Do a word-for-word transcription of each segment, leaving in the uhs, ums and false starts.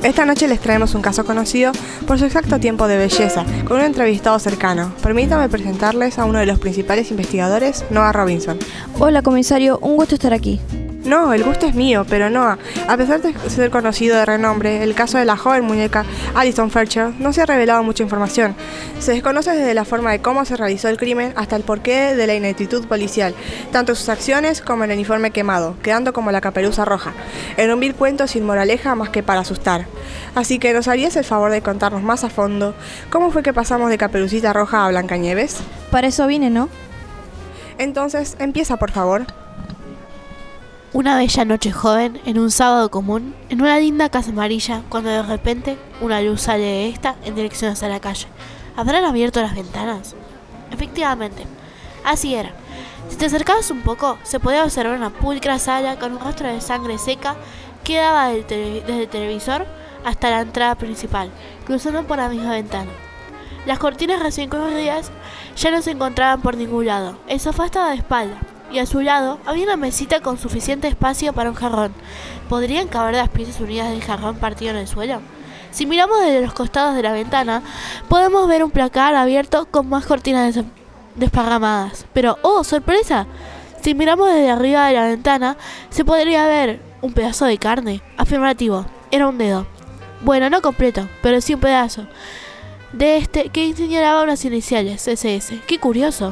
Esta noche les traemos un caso conocido por su exacto tiempo de belleza, con un entrevistado cercano. Permítame presentarles a uno de los principales investigadores, Noah Robinson. Hola, comisario, un gusto estar aquí. No, el gusto es mío, pero Noah, a pesar de ser conocido de renombre, el caso de la joven muñeca Allison Felcher no se ha revelado mucha información. Se desconoce desde la forma de cómo se realizó el crimen hasta el porqué de la ineptitud policial, tanto en sus acciones como en el uniforme quemado, quedando como la caperuza roja, en un vil cuento sin moraleja más que para asustar. Así que, ¿nos harías el favor de contarnos más a fondo cómo fue que pasamos de Caperucita Roja a Blancanieves? Para eso vine, ¿no? Entonces, empieza por favor. Una bella noche joven, en un sábado común, en una linda casa amarilla, cuando de repente una luz sale de esta en dirección hacia la calle. ¿Habrán abierto las ventanas? Efectivamente, así era. Si te acercabas un poco, se podía observar una pulcra sala con un rastro de sangre seca que daba del tele- desde el televisor hasta la entrada principal, cruzando por la misma ventana. Las cortinas recién corridas ya no se encontraban por ningún lado. El sofá estaba de espalda, y a su lado había una mesita con suficiente espacio para un jarrón. ¿Podrían caber las piezas unidas del jarrón partido en el suelo? Si miramos desde los costados de la ventana, podemos ver un placar abierto con más cortinas des- desparramadas. Pero, ¡oh, sorpresa! Si miramos desde arriba de la ventana, se podría ver un pedazo de carne. Afirmativo, era un dedo. Bueno, no completo, pero sí un pedazo de este que señalaba unas iniciales, ese ese. ¡Qué curioso!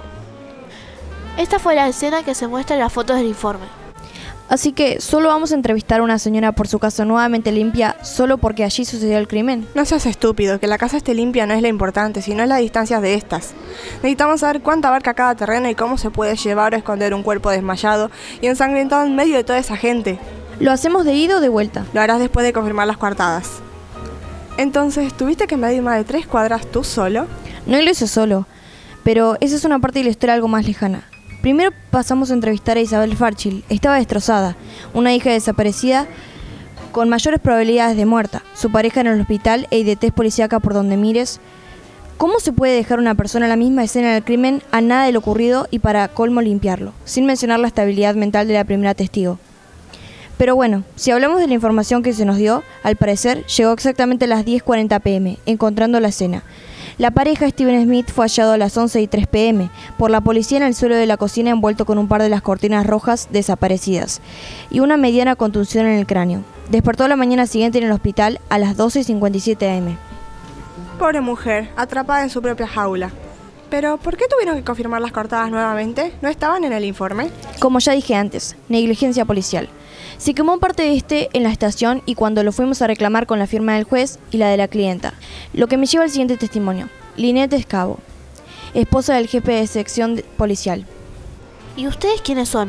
Esta fue la escena que se muestra en las fotos del informe. Así que solo vamos a entrevistar a una señora por su casa nuevamente limpia solo porque allí sucedió el crimen. No seas estúpido, que la casa esté limpia no es lo importante, sino las distancias de estas. Necesitamos saber cuánto abarca cada terreno y cómo se puede llevar o esconder un cuerpo desmayado y ensangrentado en medio de toda esa gente. ¿Lo hacemos de ida o de vuelta? Lo harás después de confirmar las coartadas. Entonces, ¿tuviste que medir más de tres cuadras tú solo? No lo hice solo, pero esa es una parte de la historia algo más lejana. Primero pasamos a entrevistar a Isabel Fairchild. Estaba destrozada, una hija desaparecida con mayores probabilidades de muerta, su pareja en el hospital e idetez policíaca por donde mires. ¿Cómo se puede dejar una persona en la misma escena del crimen a nada de lo ocurrido y para colmo limpiarlo, sin mencionar la estabilidad mental de la primera testigo? Pero bueno, si hablamos de la información que se nos dio, al parecer llegó exactamente a las diez cuarenta pm, encontrando la escena. La pareja Steven Smith fue hallado a las once y tres pm por la policía en el suelo de la cocina envuelto con un par de las cortinas rojas desaparecidas y una mediana contusión en el cráneo. Despertó la mañana siguiente en el hospital a las doce y cincuenta y siete am. Pobre mujer, atrapada en su propia jaula. Pero, ¿por qué tuvieron que confirmar las cortadas nuevamente? ¿No estaban en el informe? Como ya dije antes, negligencia policial. Se quemó parte de este en la estación y cuando lo fuimos a reclamar con la firma del juez y la de la clienta. Lo que me lleva al siguiente testimonio. Lynette Escavo, esposa del jefe de sección de- policial. ¿Y ustedes quiénes son?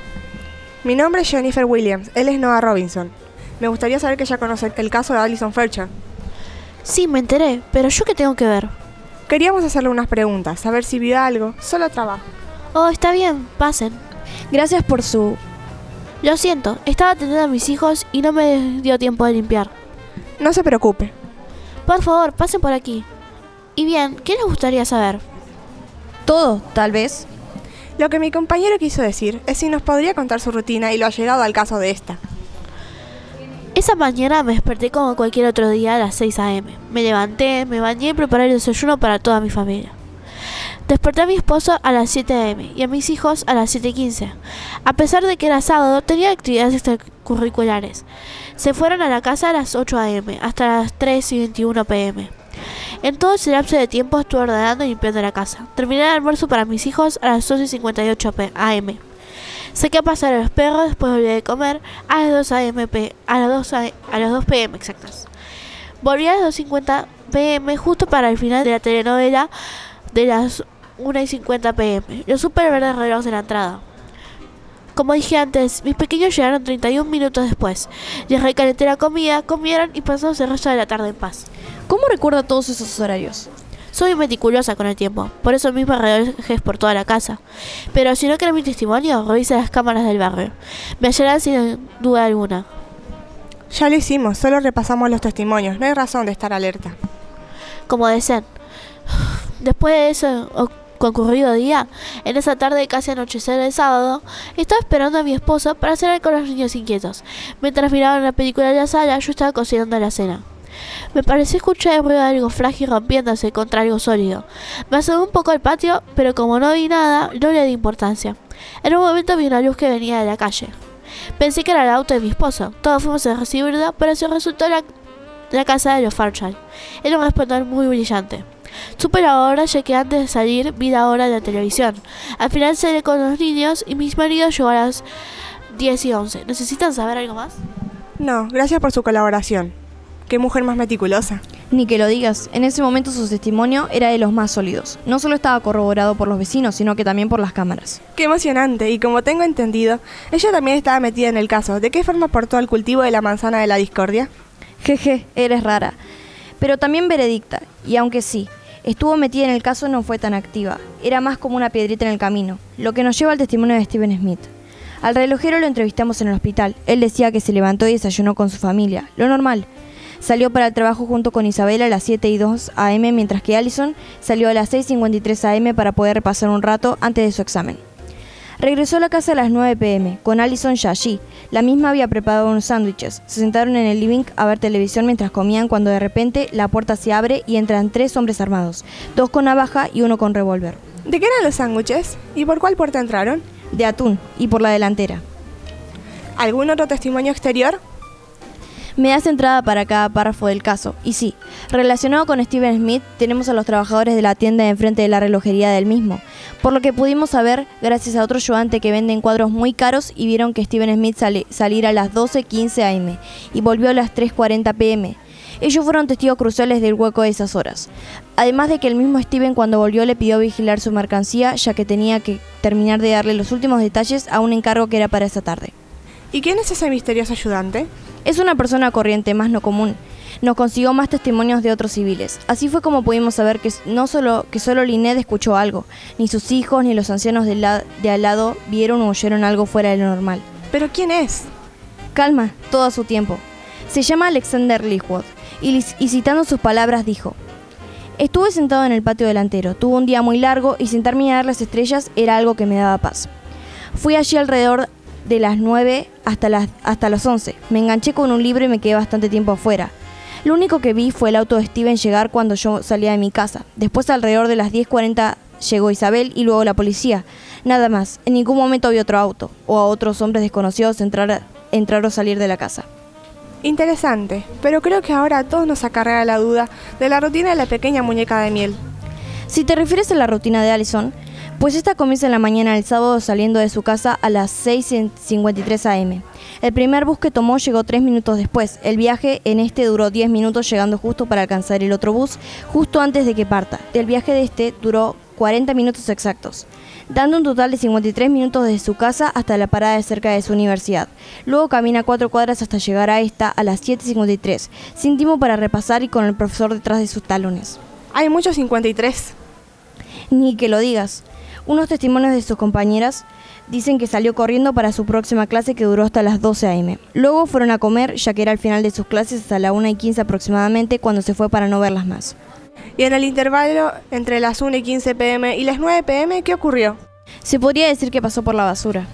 Mi nombre es Jennifer Williams, él es Noah Robinson. Me gustaría saber que ya conoce el caso de Allison Felcher. Sí, me enteré, pero ¿yo qué tengo que ver? Queríamos hacerle unas preguntas, saber si vio algo, solo trabajo. Oh, está bien, pasen. Gracias por su... Lo siento, estaba atendiendo a mis hijos y no me dio tiempo de limpiar. No se preocupe. Por favor, pasen por aquí. Y bien, ¿qué les gustaría saber? Todo, tal vez. Lo que mi compañero quiso decir es si nos podría contar su rutina y lo ha llegado al caso de esta. Esa mañana me desperté como cualquier otro día a las seis am. Me levanté, me bañé y preparé el desayuno para toda mi familia. Desperté a mi esposo a las siete am y a mis hijos a las siete y quince. A pesar de que era sábado, tenía actividades extracurriculares. Se fueron a la casa a las ocho am hasta las tres y veintiuno pm. En todo ese lapso de tiempo estuve ordenando y limpiando la casa. Terminé el almuerzo para mis hijos a las doce y cincuenta y ocho am. Saqué a pasar a los perros, después volví a comer a las dos am, a las dos, a las dos pm exactas. Volví a las dos y cincuenta pm justo para el final de la telenovela de las una y cincuenta pm. Lo supe al ver el reloj de la entrada. Como dije antes, mis pequeños llegaron treinta y un minutos después. Les recalenté la comida, comieron y pasamos el resto de la tarde en paz. ¿Cómo recuerda todos esos horarios? Soy meticulosa con el tiempo, por eso mismo relojes por toda la casa. Pero si no quieren mi testimonio, revisa las cámaras del barrio. Me hallarán sin duda alguna. Ya lo hicimos, solo repasamos los testimonios, no hay razón de estar alerta. Como deseen. Después de eso concurrido día, en esa tarde casi anochecer del sábado, estaba esperando a mi esposo para cenar con los niños inquietos. Mientras miraban la película en la sala, yo estaba cocinando la cena. Me pareció escuchar el ruido de algo frágil rompiéndose contra algo sólido. Me asomé un poco al patio, pero como no vi nada, no le di importancia. En un momento vi una luz que venía de la calle. Pensé que era el auto de mi esposo. Todos fuimos a recibirla, pero se resultó la, la casa de los Fairchild. Era un resplandor muy brillante. Supe la hora, ya que antes de salir vi la hora de la televisión. Al final salí con los niños y mis maridos llegó a las diez y once. ¿Necesitan saber algo más? No, gracias por su colaboración. Qué mujer más meticulosa. Ni que lo digas, en ese momento su testimonio era de los más sólidos. No solo estaba corroborado por los vecinos, sino que también por las cámaras. Qué emocionante, y como tengo entendido, ella también estaba metida en el caso. ¿De qué forma aportó al cultivo de la manzana de la discordia? Jeje, eres rara. Pero también veredicta, y aunque sí, estuvo metida en el caso, no fue tan activa. Era más como una piedrita en el camino, lo que nos lleva al testimonio de Steven Smith. Al relojero lo entrevistamos en el hospital. Él decía que se levantó y desayunó con su familia, lo normal. Salió para el trabajo junto con Isabela a las siete y dos a eme, mientras que Allison salió a las seis cincuenta y tres a eme para poder repasar un rato antes de su examen. Regresó a la casa a las nueve pe eme, con Allison ya allí. La misma había preparado unos sándwiches. Se sentaron en el living a ver televisión mientras comían cuando de repente la puerta se abre y entran tres hombres armados, dos con navaja y uno con revólver. ¿De qué eran los sándwiches? ¿Y por cuál puerta entraron? De atún, y por la delantera. ¿Algún otro testimonio exterior? Me das entrada para cada párrafo del caso. Y sí, relacionado con Steven Smith, tenemos a los trabajadores de la tienda de enfrente de la relojería del mismo, por lo que pudimos saber gracias a otro ayudante que venden cuadros muy caros y vieron que Steven Smith sale, salir a las doce quince a eme y volvió a las tres cuarenta pe eme. Ellos fueron testigos cruciales del hueco de esas horas. Además de que el mismo Steven cuando volvió le pidió vigilar su mercancía, ya que tenía que terminar de darle los últimos detalles a un encargo que era para esa tarde. ¿Y quién es ese misterioso ayudante? Es una persona corriente, más no común. Nos consiguió más testimonios de otros civiles. Así fue como pudimos saber que no solo que solo Lynette escuchó algo, ni sus hijos ni los ancianos de, la, de al lado vieron o oyeron algo fuera de lo normal. ¿Pero quién es? Calma, todo a su tiempo. Se llama Alexander Leawood y, y citando sus palabras dijo: estuve sentado en el patio delantero, tuve un día muy largo y sin terminar las estrellas era algo que me daba paz. Fui allí alrededor de las nueve hasta las hasta las once. Me enganché con un libro y me quedé bastante tiempo afuera. Lo único que vi fue el auto de Steven llegar cuando yo salía de mi casa. Después alrededor de las diez cuarenta llegó Isabel y luego la policía. Nada más. En ningún momento vi otro auto o a otros hombres desconocidos entrar, entrar o salir de la casa. Interesante, pero creo que ahora a todos nos acarrea la duda de la rutina de la pequeña muñeca de miel. Si te refieres a la rutina de Allison, pues esta comienza en la mañana del sábado saliendo de su casa a las seis cincuenta y tres a eme. El primer bus que tomó llegó tres minutos después. El viaje en este duró diez minutos, llegando justo para alcanzar el otro bus, justo antes de que parta. El viaje de este duró cuarenta minutos exactos, dando un total de cincuenta y tres minutos desde su casa hasta la parada de cerca de su universidad. Luego camina cuatro cuadras hasta llegar a esta a las siete cincuenta y tres, sin tiempo para repasar y con el profesor detrás de sus talones. Hay muchos cincuenta y tres. Ni que lo digas. Unos testimonios de sus compañeras dicen que salió corriendo para su próxima clase que duró hasta las doce a eme. Luego fueron a comer, ya que era el final de sus clases, hasta la una y quince aproximadamente, cuando se fue para no verlas más. Y en el intervalo entre las una y quince pe eme y las nueve pe eme, ¿qué ocurrió? Se podría decir que pasó por la basura.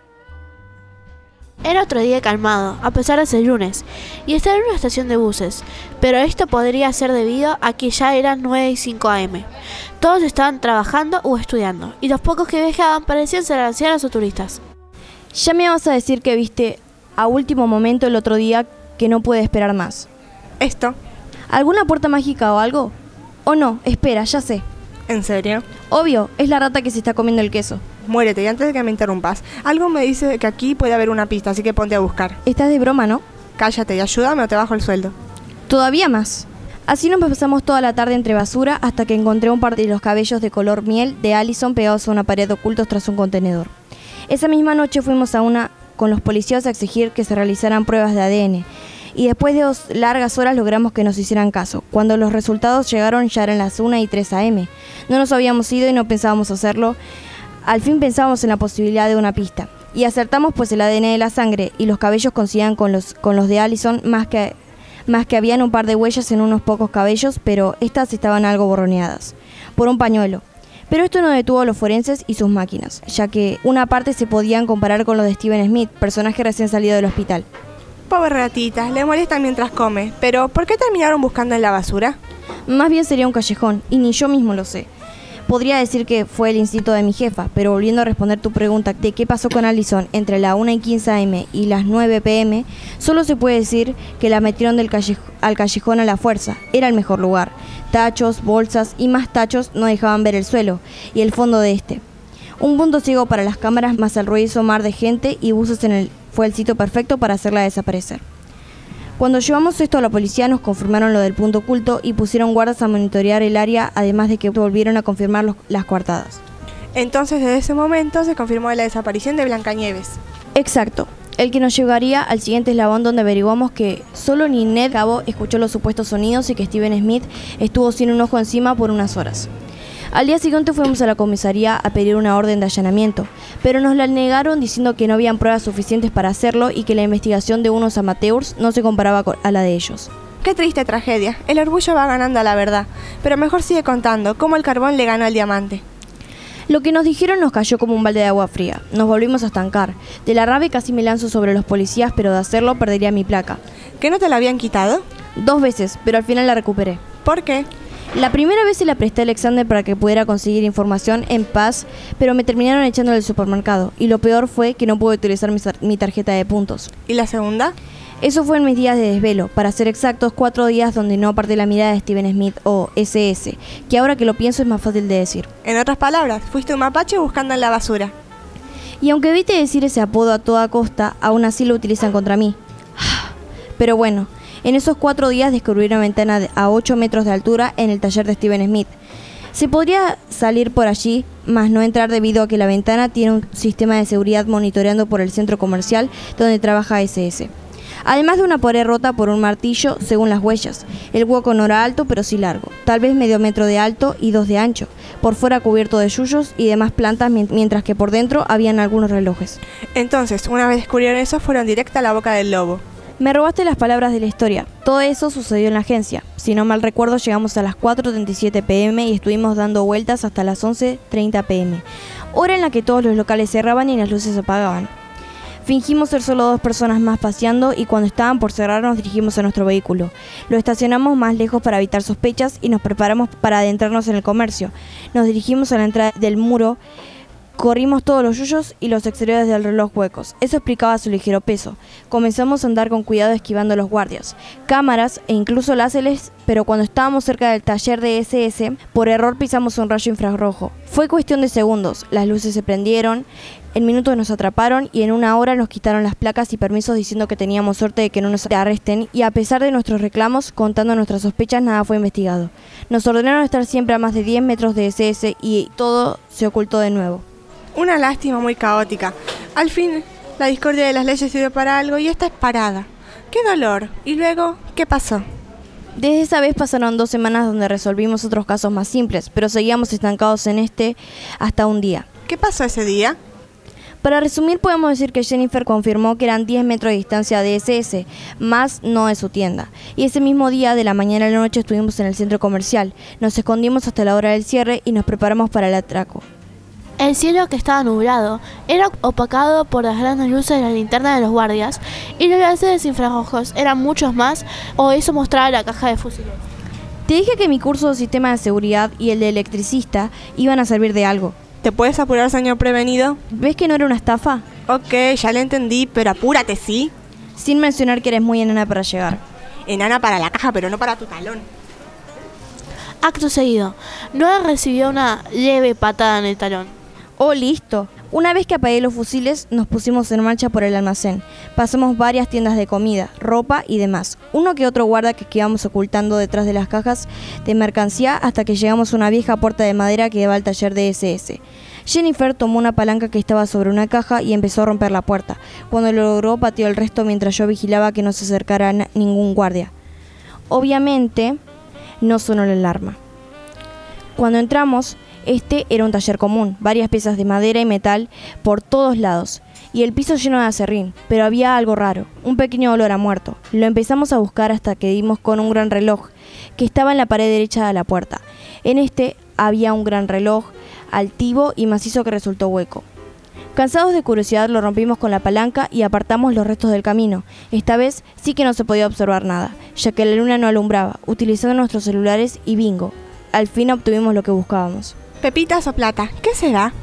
Era otro día calmado, a pesar de ser lunes, y estaba en una estación de buses, pero esto podría ser debido a que ya eran nueve y cinco a eme. Todos estaban trabajando o estudiando, y los pocos que viajaban parecían ser ancianos o turistas. Ya me vas a decir que viste a último momento el otro día que no puede esperar más. ¿Esto? ¿Alguna puerta mágica o algo? ¿O no? Espera, ya sé. ¿En serio? Obvio, es la rata que se está comiendo el queso. Muérete, y antes de que me interrumpas, algo me dice que aquí puede haber una pista, así que ponte a buscar. Estás de broma, ¿no? Cállate y ayúdame o te bajo el sueldo. Todavía más. Así nos pasamos toda la tarde entre basura hasta que encontré un par de los cabellos de color miel de Allison pegados a una pared ocultos tras un contenedor. Esa misma noche fuimos a una con los policías a exigir que se realizaran pruebas de A D N. Y después de dos largas horas logramos que nos hicieran caso. Cuando los resultados llegaron ya eran las una y tres a eme. No nos habíamos ido y no pensábamos hacerlo. Al fin pensábamos en la posibilidad de una pista. Y acertamos, pues el A D N de la sangre y los cabellos coincidían con los, con los de Allison, más que, más que habían un par de huellas en unos pocos cabellos, pero estas estaban algo borroneadas por un pañuelo. Pero esto no detuvo a los forenses y sus máquinas, ya que una parte se podían comparar con los de Steven Smith, personaje recién salido del hospital. Pobre ratita, le molesta mientras come. Pero, ¿por qué terminaron buscando en la basura? Más bien sería un callejón, y ni yo mismo lo sé. Podría decir que fue el instinto de mi jefa, pero volviendo a responder tu pregunta de qué pasó con Allison entre la una y quince a eme y las nueve pe eme, solo se puede decir que la metieron del callejo- al callejón a la fuerza. Era el mejor lugar. Tachos, bolsas y más tachos no dejaban ver el suelo y el fondo de este. Un punto ciego para las cámaras más el ruidoso mar de gente y buses en el fue el sitio perfecto para hacerla desaparecer. Cuando llevamos esto a la policía nos confirmaron lo del punto oculto y pusieron guardas a monitorear el área, además de que volvieron a confirmar los, las coartadas. Entonces, desde ese momento se confirmó la desaparición de Blancanieves. Exacto, el que nos llevaría al siguiente eslabón donde averiguamos que solo Ninette Cabo escuchó los supuestos sonidos y que Steven Smith estuvo sin un ojo encima por unas horas. Al día siguiente fuimos a la comisaría a pedir una orden de allanamiento, pero nos la negaron diciendo que no habían pruebas suficientes para hacerlo y que la investigación de unos amateurs no se comparaba a la de ellos. Qué triste tragedia. El orgullo va ganando a la verdad. Pero mejor sigue contando cómo el carbón le ganó al diamante. Lo que nos dijeron nos cayó como un balde de agua fría. Nos volvimos a estancar. De la rabia casi me lanzo sobre los policías, pero de hacerlo perdería mi placa. ¿Que no te la habían quitado? Dos veces, pero al final la recuperé. ¿Por qué? La primera vez se la presté a Alexander para que pudiera conseguir información en paz, pero me terminaron echando del supermercado. Y lo peor fue que no pude utilizar mi, mi tarjeta de puntos. ¿Y la segunda? Eso fue en mis días de desvelo, para ser exactos, cuatro días donde no aparté la mirada de Steven Smith o ese ese, que ahora que lo pienso es más fácil de decir. En otras palabras, fuiste un mapache buscando en la basura. Y aunque evite decir ese apodo a toda costa, aún así lo utilizan contra mí. Pero bueno, en esos cuatro días descubrí una ventana a ocho metros de altura en el taller de Steven Smith. Se podría salir por allí, mas no entrar debido a que la ventana tiene un sistema de seguridad monitoreando por el centro comercial donde trabaja ese ese. Además de una pared rota por un martillo, según las huellas. El hueco no era alto, pero sí largo, tal vez medio metro de alto y dos de ancho, por fuera cubierto de yuyos y demás plantas, mientras que por dentro habían algunos relojes. Entonces, una vez descubrieron eso, fueron directa a la boca del lobo. Me robaste las palabras de la historia. Todo eso sucedió en la agencia. Si no mal recuerdo, llegamos a las cuatro treinta y siete pe eme y estuvimos dando vueltas hasta las once treinta pe eme, hora en la que todos los locales cerraban y las luces se apagaban. Fingimos ser solo dos personas más paseando y cuando estaban por cerrar nos dirigimos a nuestro vehículo. Lo estacionamos más lejos para evitar sospechas y nos preparamos para adentrarnos en el comercio. Nos dirigimos a la entrada del muro, corrimos todos los yuyos y los exteriores del reloj huecos. Eso explicaba su ligero peso. Comenzamos a andar con cuidado esquivando a los guardias, cámaras e incluso láseres, pero cuando estábamos cerca del taller de ese ese, por error pisamos un rayo infrarrojo. Fue cuestión de segundos, las luces se prendieron, en minutos nos atraparon y en una hora nos quitaron las placas y permisos diciendo que teníamos suerte de que no nos arresten y a pesar de nuestros reclamos, contando nuestras sospechas, nada fue investigado. Nos ordenaron estar siempre a más de diez metros de ese ese y todo se ocultó de nuevo. Una lástima muy caótica. Al fin, la discordia de las leyes sirve para algo y esta es parada. ¡Qué dolor! ¿Y luego qué pasó? Desde esa vez pasaron dos semanas donde resolvimos otros casos más simples, pero seguíamos estancados en este hasta un día. ¿Qué pasó ese día? Para resumir, podemos decir que Jennifer confirmó que eran diez metros de distancia de ese ese, más no de su tienda. Y ese mismo día, de la mañana a la noche, estuvimos en el centro comercial. Nos escondimos hasta la hora del cierre y nos preparamos para el atraco. El cielo, que estaba nublado, era opacado por las grandes luces de la linterna de los guardias y los láseres infrarrojos eran muchos más, o eso mostraba la caja de fusiles. Te dije que mi curso de sistema de seguridad y el de electricista iban a servir de algo. ¿Te puedes apurar, señor prevenido? ¿Ves que no era una estafa? Ok, ya le entendí, pero apúrate, ¿sí? Sin mencionar que eres muy enana para llegar. Enana para la caja, pero no para tu talón. Acto seguido, Noah recibió una leve patada en el talón. Oh, listo. Una vez que apagué los fusiles, nos pusimos en marcha por el almacén. Pasamos varias tiendas de comida, ropa y demás. Uno que otro guarda que íbamos ocultando detrás de las cajas de mercancía hasta que llegamos a una vieja puerta de madera que daba al taller de ese ese. Jennifer tomó una palanca que estaba sobre una caja y empezó a romper la puerta. Cuando lo logró, pateó el resto mientras yo vigilaba que no se acercara a ningún guardia. Obviamente, no sonó la alarma. Cuando entramos, este era un taller común, varias piezas de madera y metal por todos lados, y el piso lleno de acerrín, pero había algo raro, un pequeño olor a muerto. Lo empezamos a buscar hasta que dimos con un gran reloj que estaba en la pared derecha de la puerta. En este había un gran reloj altivo y macizo que resultó hueco. Cansados de curiosidad lo rompimos con la palanca y apartamos los restos del camino. Esta vez sí que no se podía observar nada, ya que la luna no alumbraba, utilizando nuestros celulares y bingo. Al fin obtuvimos lo que buscábamos. Pepitas o plata, ¿qué será?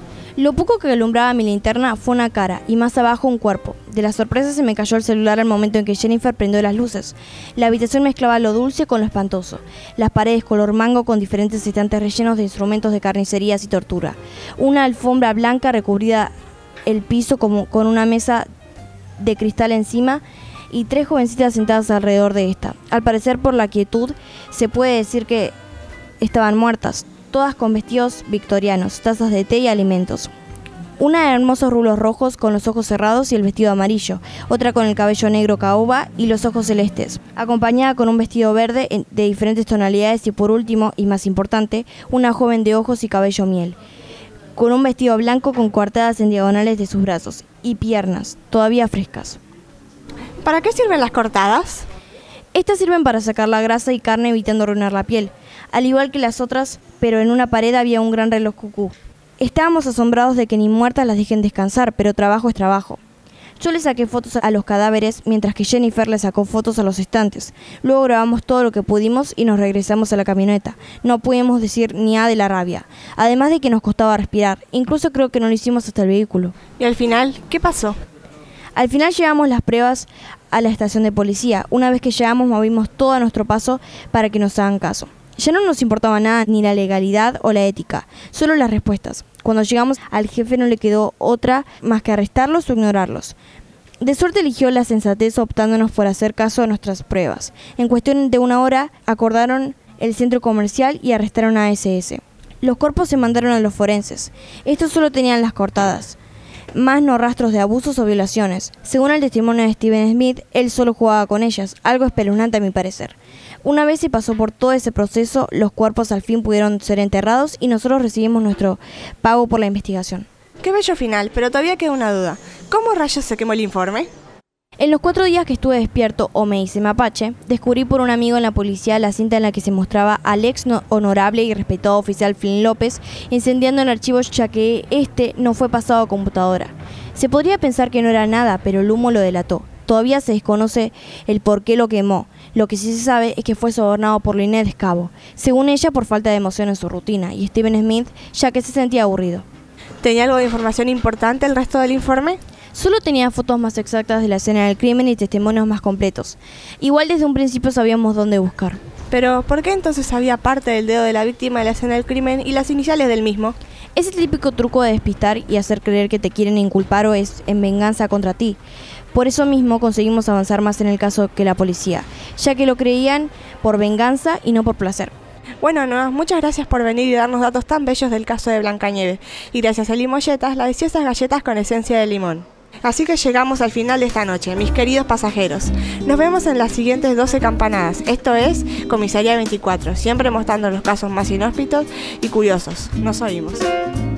Lo poco que alumbraba mi linterna fue una cara y más abajo un cuerpo. De la sorpresa se me cayó el celular al momento en que Jennifer prendió las luces. La habitación mezclaba lo dulce con lo espantoso. Las paredes color mango con diferentes estantes rellenos de instrumentos de carnicerías y tortura. Una alfombra blanca recubrida el piso como con una mesa de cristal encima y tres jovencitas sentadas alrededor de esta. Al parecer, por la quietud, se puede decir que estaban muertas, todas con vestidos victorianos, tazas de té y alimentos. Una de hermosos rulos rojos con los ojos cerrados y el vestido amarillo, otra con el cabello negro caoba y los ojos celestes, acompañada con un vestido verde de diferentes tonalidades y por último, y más importante, una joven de ojos y cabello miel, con un vestido blanco con coartadas en diagonales de sus brazos y piernas, todavía frescas. ¿Para qué sirven las cortadas? Estas sirven para sacar la grasa y carne evitando arruinar la piel, al igual que las otras, pero en una pared había un gran reloj cucú. Estábamos asombrados de que ni muertas las dejen descansar, pero trabajo es trabajo. Yo le saqué fotos a los cadáveres, mientras que Jennifer le sacó fotos a los estantes. Luego grabamos todo lo que pudimos y nos regresamos a la camioneta. No pudimos decir ni a de la rabia, además de que nos costaba respirar. Incluso creo que no lo hicimos hasta el vehículo. ¿Y al final qué pasó? Al final llevamos las pruebas a la estación de policía. Una vez que llegamos movimos todo a nuestro paso para que nos hagan caso. Ya no nos importaba nada, ni la legalidad o la ética, solo las respuestas. Cuando llegamos, al jefe no le quedó otra más que arrestarlos o ignorarlos. De suerte eligió la sensatez optándonos por hacer caso a nuestras pruebas. En cuestión de una hora, acordaron el centro comercial y arrestaron a ese ese. Los cuerpos se mandaron a los forenses. Estos solo tenían las cortadas, más no rastros de abusos o violaciones. Según el testimonio de Steven Smith, él solo jugaba con ellas, algo espeluznante a mi parecer. Una vez se pasó por todo ese proceso, los cuerpos al fin pudieron ser enterrados y nosotros recibimos nuestro pago por la investigación. Qué bello final, pero todavía queda una duda. ¿Cómo rayos se quemó el informe? En los cuatro días que estuve despierto o me hice mapache, descubrí por un amigo en la policía la cinta en la que se mostraba al ex no honorable y respetado oficial Flynn López incendiando el archivo, ya que este no fue pasado a computadora. Se podría pensar que no era nada, pero el humo lo delató. Todavía se desconoce el por qué lo quemó. Lo que sí se sabe es que fue sobornado por Lynette Scavo, según ella por falta de emoción en su rutina, y Steven Smith, ya que se sentía aburrido. ¿Tenía algo de información importante el resto del informe? Solo tenía fotos más exactas de la escena del crimen y testimonios más completos. Igual desde un principio sabíamos dónde buscar. Pero, ¿por qué entonces había parte del dedo de la víctima de la escena del crimen y las iniciales del mismo? Es el típico truco de despistar y hacer creer que te quieren inculpar o es en venganza contra ti. Por eso mismo conseguimos avanzar más en el caso que la policía, ya que lo creían por venganza y no por placer. Bueno, Noa, muchas gracias por venir y darnos datos tan bellos del caso de Blancanieves. Y gracias a Limolletas, las deliciosas galletas con esencia de limón. Así que llegamos al final de esta noche, mis queridos pasajeros. Nos vemos en las siguientes doce campanadas. Esto es Comisaría veinticuatro, siempre mostrando los casos más inhóspitos y curiosos. Nos oímos.